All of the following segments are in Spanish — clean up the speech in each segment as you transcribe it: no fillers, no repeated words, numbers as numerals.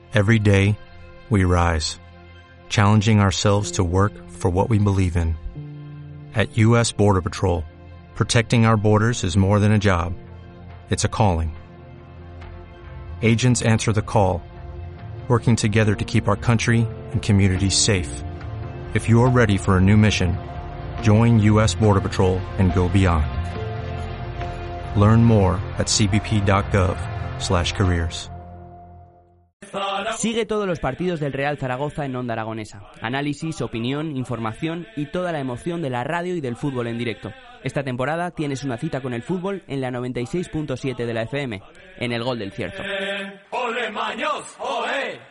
Every day, we rise, challenging ourselves to work for what we believe in. At U.S. Border Patrol, protecting our borders is more than a job. It's a calling. Agents answer the call, working together to keep our country and communities safe. If you're ready for a new mission, join U.S. Border Patrol and go beyond. Learn more at cbp.gov/careers. Sigue todos los partidos del Real Zaragoza en Onda Aragonesa. Análisis, opinión, información y toda la emoción de la radio y del fútbol en directo. Esta temporada tienes una cita con el fútbol en la 96.7 de la FM, en el Gol del Cierzo. ¡Ole, Maños! ¡Ole!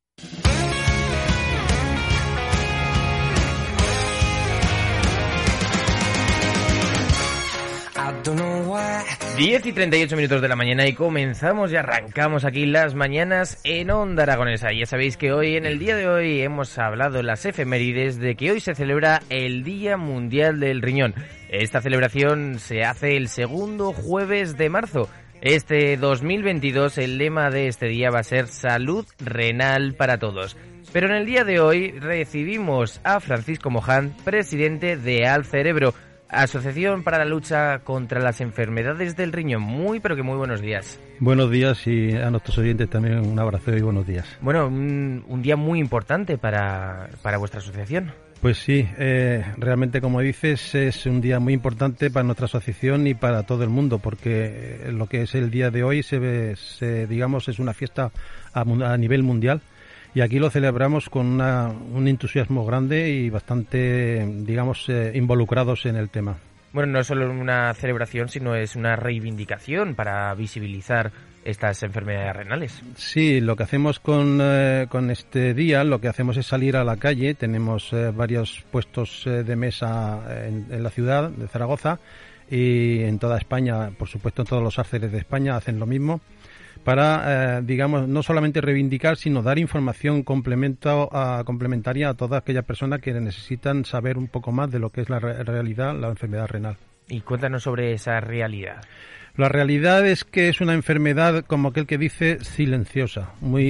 10:38 de la mañana y comenzamos y arrancamos aquí las mañanas en Onda Aragonesa. Ya sabéis que hoy, en el día de hoy, hemos hablado en las efemérides de que hoy se celebra el Día Mundial del Riñón. Esta celebración se hace el segundo jueves de marzo. Este 2022 el lema de este día va a ser Salud Renal para Todos. Pero en el día de hoy recibimos a Francisco Moján, presidente de Al Cerebro, Asociación para la lucha contra las enfermedades del riñón. Muy, pero que muy buenos días. Buenos días, y a nuestros oyentes también un abrazo y buenos días. Bueno, un día muy importante para vuestra asociación. Pues sí, realmente, como dices, es un día muy importante para nuestra asociación y para todo el mundo, porque lo que es el día de hoy digamos, es una fiesta a nivel mundial. Y aquí lo celebramos con un entusiasmo grande y bastante, digamos, involucrados en el tema. Bueno, no es solo una celebración, sino es una reivindicación para visibilizar estas enfermedades renales. Sí, lo que hacemos con este día, lo que hacemos es salir a la calle. Tenemos varios puestos de mesa en la ciudad de Zaragoza y en toda España, por supuesto en todos los arceles de España hacen lo mismo, para, digamos, no solamente reivindicar, sino dar información complementaria a todas aquellas personas que necesitan saber un poco más de lo que es la realidad, la enfermedad renal. Y cuéntanos sobre esa realidad. La realidad es que es una enfermedad, como aquel que dice, silenciosa,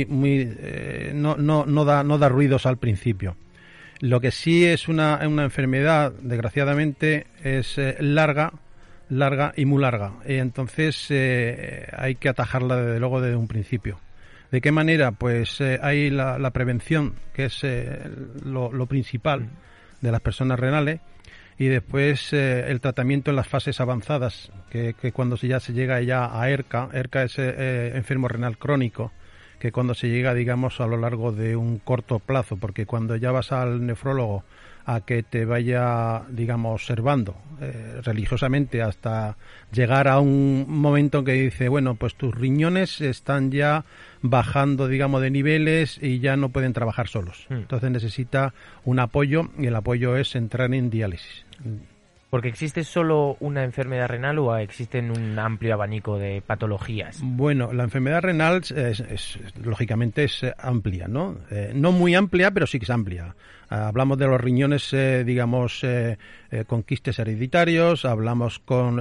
no da ruidos al principio. Lo que sí es una enfermedad, desgraciadamente, es larga y muy larga. Entonces hay que atajarla desde luego desde un principio. ¿De qué manera? Pues hay la prevención, que es lo principal de las personas renales, y después el tratamiento en las fases avanzadas, que cuando ya se llega a ERCA es enfermo renal crónico, que cuando se llega, digamos, a lo largo de un corto plazo, porque cuando ya vas al nefrólogo a que te vaya, digamos, observando religiosamente hasta llegar a un momento en que dice, bueno, pues tus riñones están ya bajando, digamos, de niveles y ya no pueden trabajar solos. Entonces necesita un apoyo, y el apoyo es entrar en diálisis. ¿Porque existe solo una enfermedad renal o existen un amplio abanico de patologías? Bueno, la enfermedad renal lógicamente es amplia, ¿no? No muy amplia, pero sí que es amplia. Hablamos de los riñones, digamos, con quistes hereditarios, hablamos con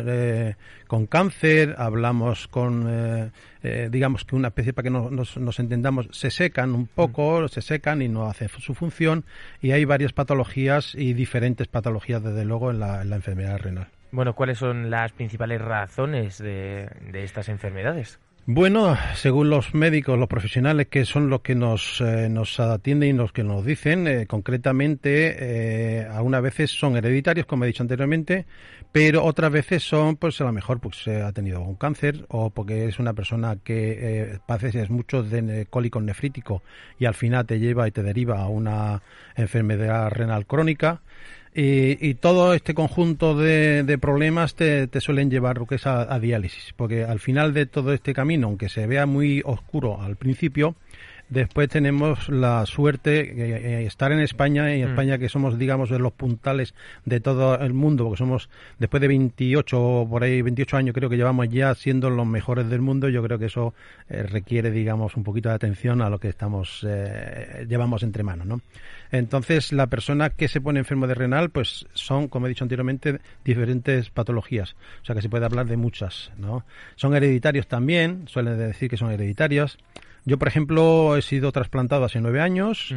cáncer, hablamos con, digamos, que una especie, para que nos entendamos, se secan un poco, se secan y no hace su función, y hay varias patologías y diferentes patologías, desde luego, en la enfermedad renal. Bueno, ¿cuáles son las principales razones de estas enfermedades? Bueno, según los médicos, los profesionales, que son los que nos atienden y los que nos dicen, concretamente, algunas veces son hereditarios, como he dicho anteriormente, pero otras veces son, pues a lo mejor pues ha tenido un cáncer, o porque es una persona que padece mucho de cólico nefrítico y al final te lleva y te deriva a una enfermedad renal crónica. Y todo este conjunto de problemas te suelen llevar lo que es a diálisis, porque al final de todo este camino, aunque se vea muy oscuro al principio, después tenemos la suerte de estar en España, y en España, que somos, digamos, de los puntales de todo el mundo, porque somos, después de 28 años creo que llevamos ya siendo los mejores del mundo. Yo creo que eso requiere, digamos, un poquito de atención a lo que llevamos entre manos, ¿no? Entonces, la persona que se pone enfermo de renal, pues son, como he dicho anteriormente, diferentes patologías. O sea, que se puede hablar de muchas, ¿no? Son hereditarios también, suelen decir que son hereditarias. Yo, por ejemplo, he sido trasplantado hace 9 años.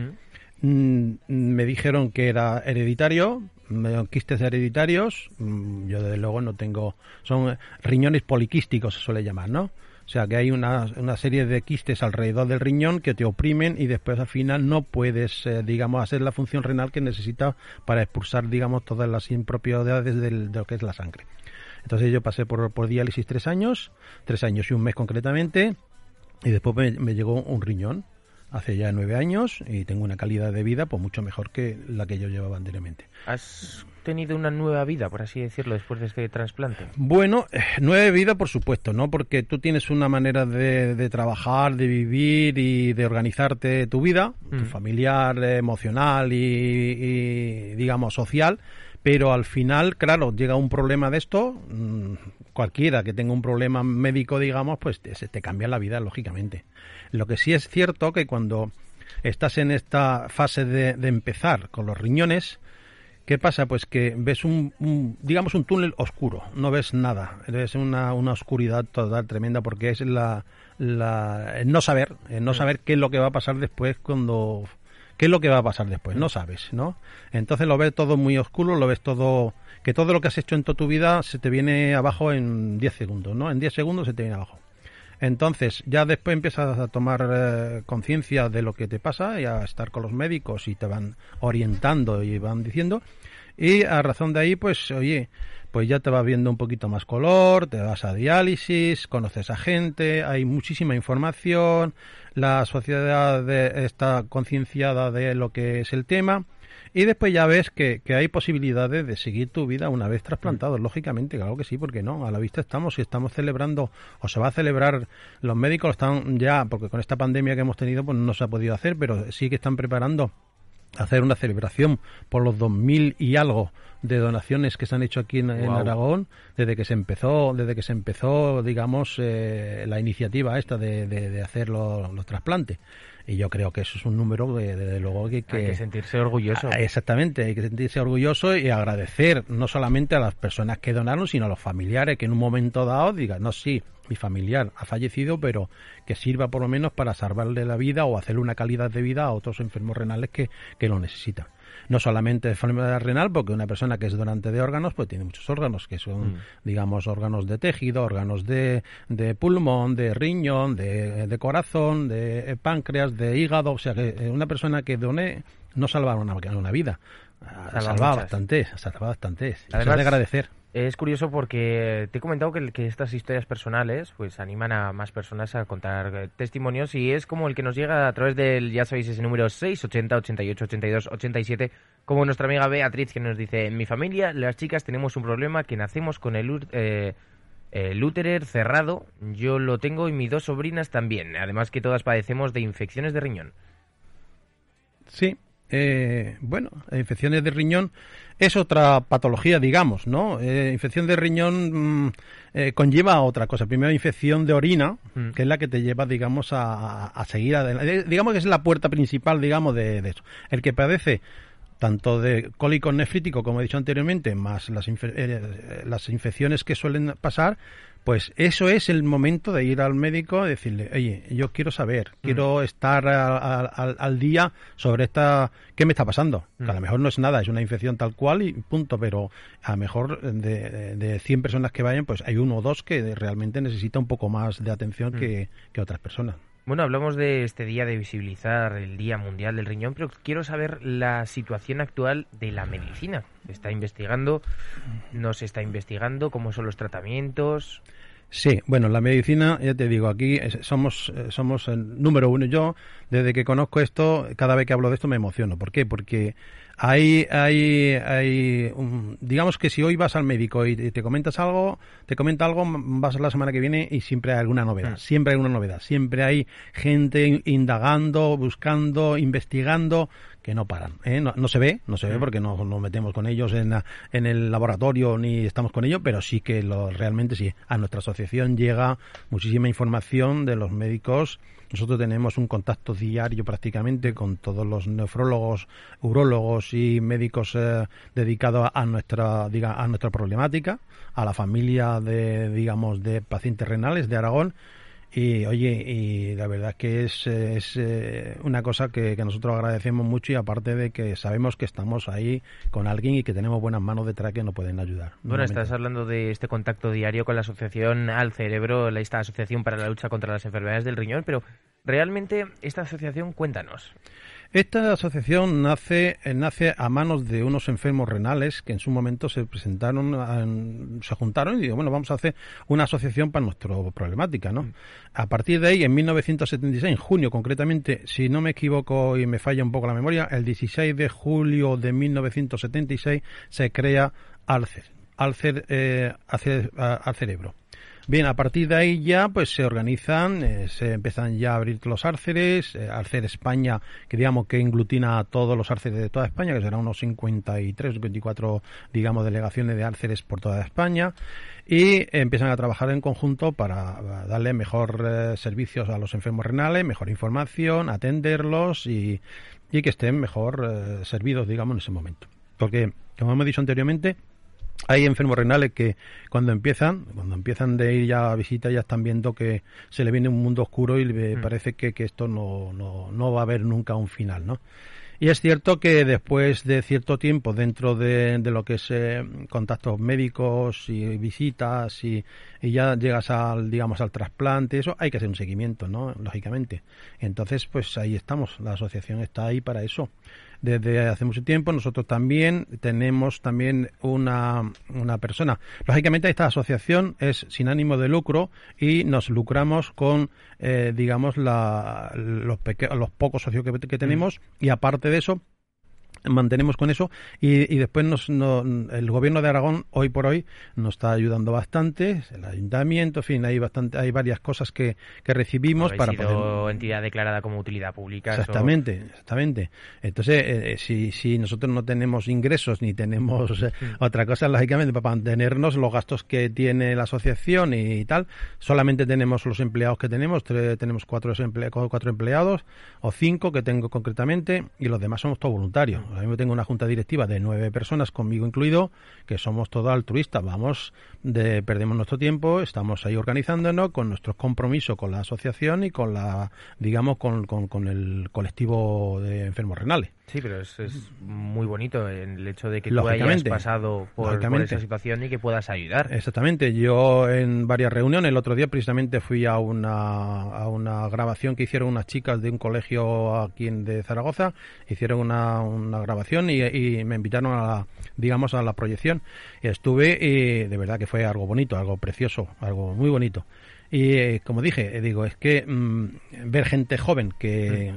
Me dijeron que era hereditario, quistes hereditarios. Yo, desde luego, no tengo... Son riñones poliquísticos, se suele llamar, ¿no? O sea, que hay una serie de quistes alrededor del riñón que te oprimen y después, al final, no puedes, digamos, hacer la función renal que necesitas para expulsar, digamos, todas las impropiedades de lo que es la sangre. Entonces yo pasé por diálisis 3 años y un mes concretamente, y después me llegó un riñón hace ya 9 años y tengo una calidad de vida pues mucho mejor que la que yo llevaba anteriormente. ¿Has tenido una nueva vida, por así decirlo, después de este trasplante? Bueno, nueva vida por supuesto, ¿no? Porque tú tienes una manera de trabajar, de vivir y de organizarte tu vida, tu familiar, emocional y digamos social. Pero al final, claro, llega un problema de esto, cualquiera que tenga un problema médico, digamos, pues te cambia la vida, lógicamente. Lo que sí es cierto que cuando estás en esta fase de empezar con los riñones, ¿qué pasa? Pues que ves digamos un túnel oscuro, no ves nada, ves una oscuridad total tremenda porque es el no saber qué es lo que va a pasar después ¿Qué es lo que va a pasar después? No sabes, ¿no? Entonces lo ves todo muy oscuro, lo ves todo... Que todo lo que has hecho en toda tu vida se te viene abajo en 10 segundos, ¿no? En 10 segundos se te viene abajo. Entonces ya después empiezas a tomar conciencia de lo que te pasa y a estar con los médicos y te van orientando y van diciendo. Y a razón de ahí, pues, oye, pues ya te vas viendo un poquito más color, te vas a diálisis, conoces a gente, hay muchísima información, la sociedad está concienciada de lo que es el tema y después ya ves que hay posibilidades de seguir tu vida una vez trasplantado, lógicamente, claro que sí, porque no, a la vista estamos y estamos celebrando, o se va a celebrar, los médicos están ya, porque con esta pandemia que hemos tenido pues no se ha podido hacer, pero sí que están preparando hacer una celebración por los 2.000 y algo de donaciones que se han hecho aquí en Aragón desde que se empezó digamos la iniciativa esta de hacer los trasplantes, y yo creo que eso es un número que desde luego que hay que sentirse orgulloso. Exactamente, hay que sentirse orgulloso y agradecer no solamente a las personas que donaron, sino a los familiares que en un momento dado digan, no, sí, mi familiar ha fallecido, pero que sirva por lo menos para salvarle la vida o hacerle una calidad de vida a otros enfermos renales que lo necesitan. No solamente enfermedad renal, porque una persona que es donante de órganos, pues tiene muchos órganos, que son, digamos, órganos de tejido, órganos de pulmón, de riñón, de corazón, de páncreas, de hígado. O sea, que una persona que done no salva una vida, salva bastantes. Además, eso es de agradecer. Es curioso porque te he comentado que estas historias personales pues animan a más personas a contar testimonios, y es como el que nos llega a través del, ya sabéis, ese número 680 88 82 87, como nuestra amiga Beatriz, que nos dice: en mi familia las chicas tenemos un problema que nacemos con el útero cerrado, yo lo tengo y mis 2 sobrinas también, además que todas padecemos de infecciones de riñón. Sí. Bueno, infecciones de riñón es otra patología, digamos, ¿no? Infección de riñón conlleva a otra cosa. Primero, infección de orina, que es la que te lleva, digamos, a seguir adelante. Digamos que es la puerta principal, digamos, de eso. El que padece tanto de cólico nefrítico, como he dicho anteriormente, más las infecciones que suelen pasar, pues eso es el momento de ir al médico y decirle, oye, yo quiero saber, quiero estar al día sobre ¿qué me está pasando? Que a lo mejor no es nada, es una infección tal cual y punto, pero a lo mejor de 100 personas que vayan, pues hay 1 o 2 que realmente necesita un poco más de atención que otras personas. Bueno, hablamos de este día, de visibilizar el Día Mundial del Riñón, pero quiero saber la situación actual de la medicina. ¿Se está investigando? ¿No se está investigando? ¿Cómo son los tratamientos? Sí, bueno, la medicina, ya te digo, aquí somos el número 1. Yo, desde que conozco esto, cada vez que hablo de esto me emociono. ¿Por qué? Porque digamos que si hoy vas al médico y te comenta algo, vas la semana que viene y siempre hay alguna novedad, siempre hay gente indagando, buscando, investigando, que no paran, no se ve porque no nos metemos con ellos en el laboratorio ni estamos con ellos, pero sí que realmente sí, a nuestra asociación llega muchísima información de los médicos. Nosotros tenemos un contacto diario prácticamente con todos los nefrólogos, urólogos y médicos dedicados a nuestra problemática, a la familia de pacientes renales de Aragón. Y oye, y la verdad que es una cosa que nosotros agradecemos mucho, y aparte de que sabemos que estamos ahí con alguien y que tenemos buenas manos detrás que nos pueden ayudar. Bueno, estás hablando de este contacto diario con la asociación Al Cerebro, esta asociación para la lucha contra las enfermedades del riñón, pero realmente esta asociación, cuéntanos. Esta asociación nace a manos de unos enfermos renales que en su momento se juntaron y digo, bueno, vamos a hacer una asociación para nuestra problemática, ¿no? A partir de ahí, en 1976, en junio concretamente, si no me equivoco y me falla un poco la memoria, el 16 de julio de 1976 se crea Al Cerebro. Bien, a partir de ahí ya pues se organizan, se empiezan ya a abrir los Alceres, Alcer España, que digamos que englutina a todos los Alceres de toda España, que serán unos 53, 54, digamos, delegaciones de Alceres por toda España, y empiezan a trabajar en conjunto para darle mejor servicios a los enfermos renales, mejor información, atenderlos y que estén mejor servidos, digamos, en ese momento. Porque, como hemos dicho anteriormente, hay enfermos renales que cuando empiezan de ir ya a visita, ya están viendo que se le viene un mundo oscuro y le parece que esto no va a haber nunca un final, ¿no? Y es cierto que después de cierto tiempo dentro de lo que es contactos médicos y visitas y ya llegas al trasplante, eso hay que hacer un seguimiento, ¿no? Lógicamente. Entonces, pues ahí estamos, la asociación está ahí para eso. Desde hace mucho tiempo nosotros también tenemos una persona. Lógicamente esta asociación es sin ánimo de lucro y nos lucramos con los pocos socios que tenemos, y aparte de eso mantenemos con eso y después el gobierno de Aragón hoy por hoy nos está ayudando bastante, el ayuntamiento, en fin, hay varias cosas que recibimos para poder... entidad declarada como utilidad pública. Exactamente. Entonces, si nosotros no tenemos ingresos ni tenemos otra cosa, lógicamente para mantenernos los gastos que tiene la asociación y tal, solamente tenemos los empleados que tenemos, tenemos cuatro empleados o 5 que tengo concretamente, y los demás somos todos voluntarios. Ahora mismo tengo una junta directiva de 9 personas, conmigo incluido, que somos todos altruistas. Perdemos nuestro tiempo, estamos ahí organizándonos con nuestros compromisos con la asociación y con con el colectivo de enfermos renales. Sí, pero es muy bonito el hecho de que tú hayas pasado por esa situación y que puedas ayudar. Exactamente. Yo en varias reuniones, el otro día precisamente fui a una grabación que hicieron unas chicas de un colegio aquí de Zaragoza, hicieron una grabación y me invitaron a la proyección. Estuve y de verdad que fue algo bonito, algo precioso, algo muy bonito. Y como dije, es que ver gente joven que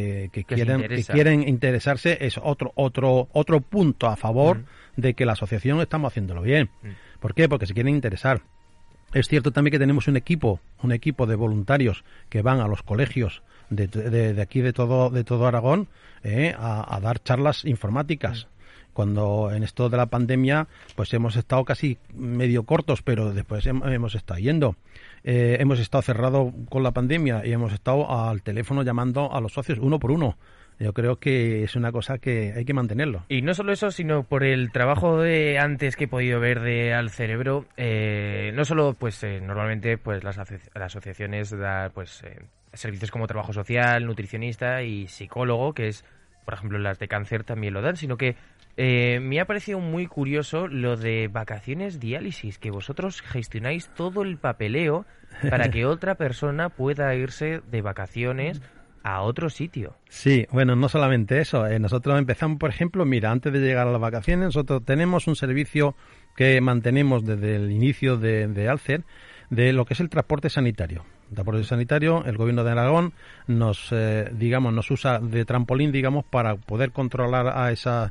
quieren interesarse es otro punto a favor de que la asociación estamos haciéndolo bien. ¿Por qué? Porque se quieren interesar. Es cierto también que tenemos un equipo de voluntarios que van a los colegios de aquí de todo Aragón a dar charlas informáticas. Cuando en esto de la pandemia pues hemos estado casi medio cortos, pero después hemos estado yendo. Hemos estado cerrados con la pandemia y hemos estado al teléfono llamando a los socios uno por uno. Yo creo que es una cosa que hay que mantenerlo. Y no solo eso, sino por el trabajo de antes que he podido ver de Al Cerebro, no solo normalmente pues las asociaciones dan servicios como trabajo social, nutricionista y psicólogo, que es, por ejemplo, las de cáncer también lo dan, sino que me ha parecido muy curioso lo de vacaciones diálisis, que vosotros gestionáis todo el papeleo para que otra persona pueda irse de vacaciones a otro sitio. Sí, bueno, no solamente eso. Nosotros empezamos, por ejemplo, antes de llegar a las vacaciones, nosotros tenemos un servicio que mantenemos desde el inicio de Alcer, de lo que es el transporte sanitario. El gobierno de Aragón nos usa de trampolín, para poder controlar a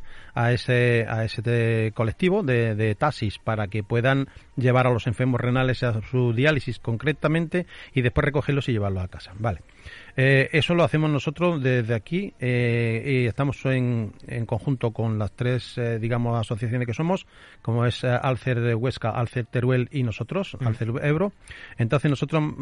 ese colectivo de taxis para que puedan llevar a los enfermos renales a su diálisis concretamente y después recogerlos y llevarlos a casa. Vale. Eso lo hacemos nosotros desde aquí y estamos en conjunto con las 3 asociaciones que somos, como es Alcer de Huesca, Alcer Teruel y nosotros, Alcer Ebro. Entonces nosotros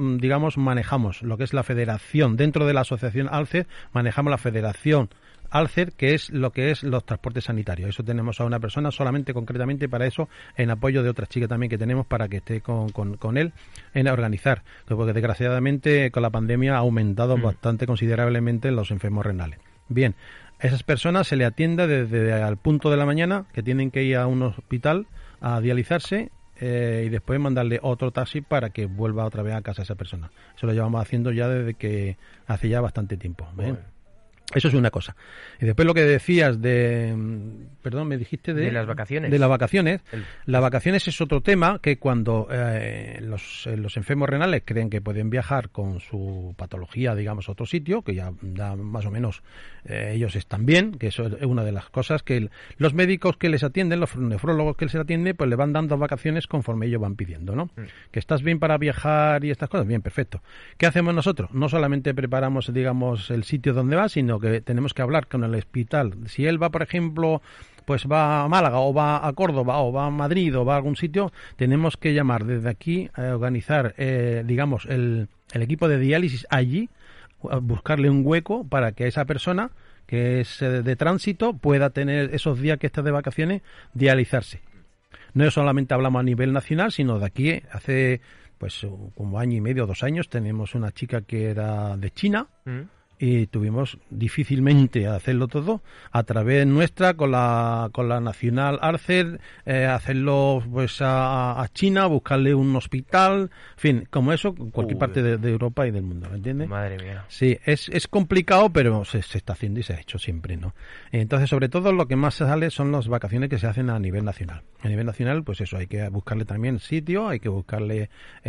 nosotros manejamos lo que es la federación, dentro de la asociación ALCER, manejamos la federación ALCER, que es lo que es los transportes sanitarios. Eso tenemos a una persona solamente concretamente para eso, en apoyo de otra chica también que tenemos para que esté con él en organizar, porque desgraciadamente con la pandemia ha aumentado bastante considerablemente los enfermos renales. Bien, a esas personas se le atiende desde al punto de la mañana, que tienen que ir a un hospital a dializarse, y después mandarle otro taxi para que vuelva otra vez a casa esa persona. Eso lo llevamos haciendo ya desde que hace ya bastante tiempo. ¿Bien? Bueno. Eso es una cosa. Y después lo que decías de... Perdón, me dijiste de las vacaciones. De las vacaciones. Las vacaciones es otro tema que cuando los enfermos renales creen que pueden viajar con su patología, digamos, a otro sitio, que ya más o menos ellos están bien, que eso es una de las cosas que los médicos que les atienden, los nefrólogos que les atienden, pues le van dando vacaciones conforme ellos van pidiendo, ¿no? Que estás bien para viajar y estas cosas, bien, perfecto. ¿Qué hacemos nosotros? No solamente preparamos, digamos, el sitio donde va, sino que tenemos que hablar con el hospital. Si él va, por ejemplo, pues va a Málaga o va a Córdoba o va a Madrid o va a algún sitio, tenemos que llamar desde aquí a organizar, digamos, el equipo de diálisis allí, buscarle un hueco para que esa persona que es de tránsito pueda tener esos días que está de vacaciones, dializarse. No solamente hablamos a nivel nacional, sino de aquí hace pues como año y medio, 2 años, tenemos una chica que era de China, y tuvimos difícilmente hacerlo todo a través nuestra con la nacional ALCER, hacerlo pues a China, buscarle un hospital, en fin, como eso cualquier parte de Europa y del mundo, ¿me entiendes? Madre mía. Sí, es complicado, pero se está haciendo y se ha hecho siempre, ¿no? Entonces, sobre todo lo que más se sale son las vacaciones que se hacen a nivel nacional. A nivel nacional, pues eso, hay que buscarle también sitio, hay que buscarle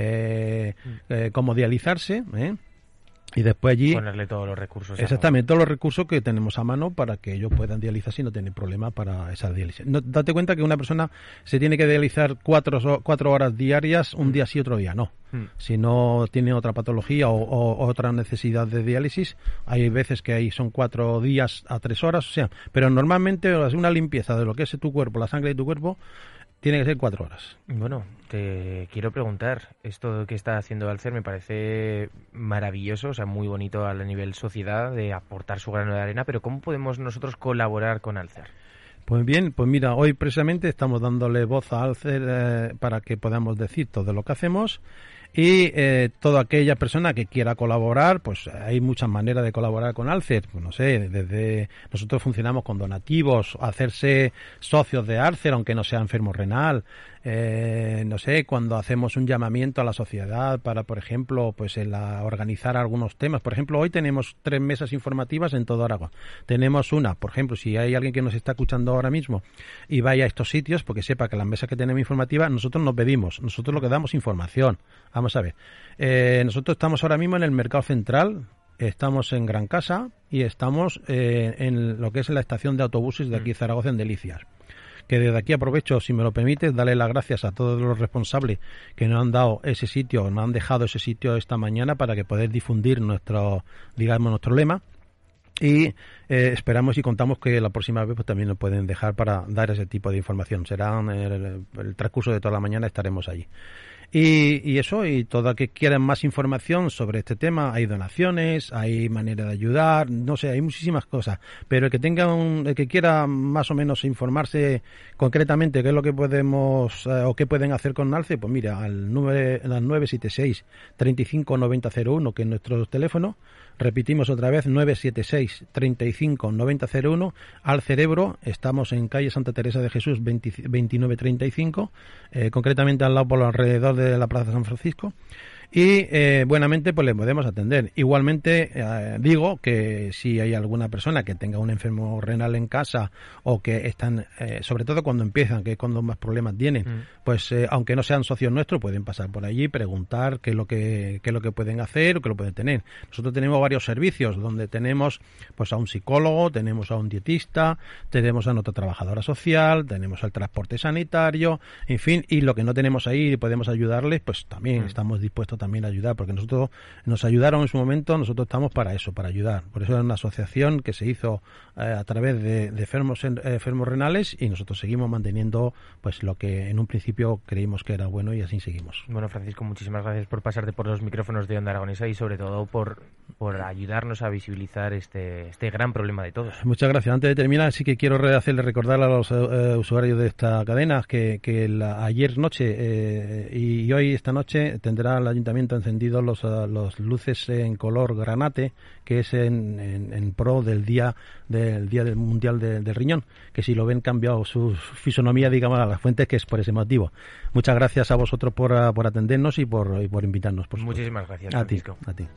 cómo dializarse, y después allí ponerle todos los recursos. Exactamente, todos los recursos que tenemos a mano para que ellos puedan dializarse y no tener problema para esa diálisis. No, date cuenta que una persona se tiene que dializar 4 horas diarias, un día sí, otro día no. Si no tiene otra patología o otra necesidad de diálisis, hay veces que ahí son 4 días a 3 horas, o sea, pero normalmente una limpieza de lo que es tu cuerpo, la sangre de tu cuerpo, tiene que ser 4 horas. Bueno, te quiero preguntar, esto que está haciendo ALCER me parece maravilloso, o sea, muy bonito a nivel sociedad de aportar su grano de arena, pero ¿cómo podemos nosotros colaborar con ALCER? Pues bien, pues mira, hoy precisamente estamos dándole voz a ALCER para que podamos decir todo lo que hacemos. Y toda aquella persona que quiera colaborar, pues hay muchas maneras de colaborar con ALCER. Pues no sé, desde nosotros funcionamos con donativos, hacerse socios de ALCER, aunque no sea enfermo renal. No sé, cuando hacemos un llamamiento a la sociedad para, por ejemplo, pues organizar algunos temas. Por ejemplo, hoy tenemos 3 mesas informativas en todo Aragón. Tenemos una, por ejemplo, si hay alguien que nos está escuchando ahora mismo y vaya a estos sitios, porque sepa que las mesas que tenemos informativas, nosotros nos pedimos, nosotros lo que damos información. Vamos a ver, nosotros estamos ahora mismo en el Mercado Central, estamos en Gran Casa y estamos en lo que es la estación de autobuses de aquí Zaragoza, en Delicias. Que desde aquí aprovecho, si me lo permites, darle las gracias a todos los responsables que nos han dado ese sitio, nos han dejado ese sitio esta mañana para que poder difundir nuestro lema. Y esperamos y contamos que la próxima vez pues también nos pueden dejar para dar ese tipo de información. Será el transcurso de toda la mañana, estaremos allí. Y eso, y todo que quieran más información sobre este tema, hay donaciones, hay manera de ayudar, no sé, hay muchísimas cosas, pero el que quiera más o menos informarse concretamente qué es lo que podemos o qué pueden hacer con ALCER, pues mira, al 976 35 90 01, que es nuestro teléfono. Repetimos otra vez, 976 35 90 01, al Cerebro. Estamos en calle Santa Teresa de Jesús 2935, concretamente al lado por alrededor de la Plaza San Francisco. Y buenamente pues le podemos atender. Igualmente digo que si hay alguna persona que tenga un enfermo renal en casa o que están, sobre todo cuando empiezan, que es cuando más problemas tienen, pues aunque no sean socios nuestros, pueden pasar por allí, preguntar qué es lo que pueden hacer o qué lo pueden tener. Nosotros tenemos varios servicios donde tenemos pues a un psicólogo, tenemos a un dietista, tenemos a nuestra trabajadora social, tenemos al transporte sanitario, en fin, y lo que no tenemos ahí y podemos ayudarles, pues también estamos dispuestos también ayudar, porque nosotros nos ayudaron en su momento, nosotros estamos para eso, para ayudar. Por eso era una asociación que se hizo a través de enfermos renales, y nosotros seguimos manteniendo pues lo que en un principio creímos que era bueno, y así seguimos. Bueno, Francisco, muchísimas gracias por pasarte por los micrófonos de Onda Aragonesa y sobre todo por ayudarnos a visibilizar este gran problema de todos. Muchas gracias. Antes de terminar, sí que quiero recordar a los usuarios de esta cadena que ayer noche y hoy esta noche tendrá el Ayuntamiento encendidos los luces en color granate, que es en pro del día del Mundial del Riñón, que si lo ven cambiado su fisonomía, digamos, a las fuentes, que es por ese motivo. Muchas gracias a vosotros por atendernos y por invitarnos. Por muchísimas gracias, Francisco. A ti.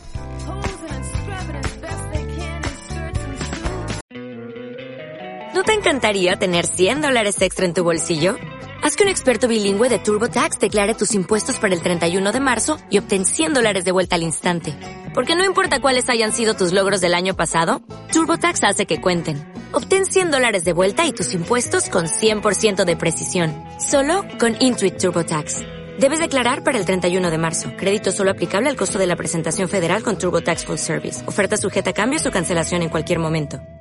¿No te encantaría tener $100 extra en tu bolsillo? Haz que un experto bilingüe de TurboTax declare tus impuestos para el 31 de marzo y obtén $100 de vuelta al instante. Porque no importa cuáles hayan sido tus logros del año pasado, TurboTax hace que cuenten. Obtén $100 de vuelta y tus impuestos con 100% de precisión. Solo con Intuit TurboTax. Debes declarar para el 31 de marzo. Crédito solo aplicable al costo de la presentación federal con TurboTax Full Service. Oferta sujeta a cambios o cancelación en cualquier momento.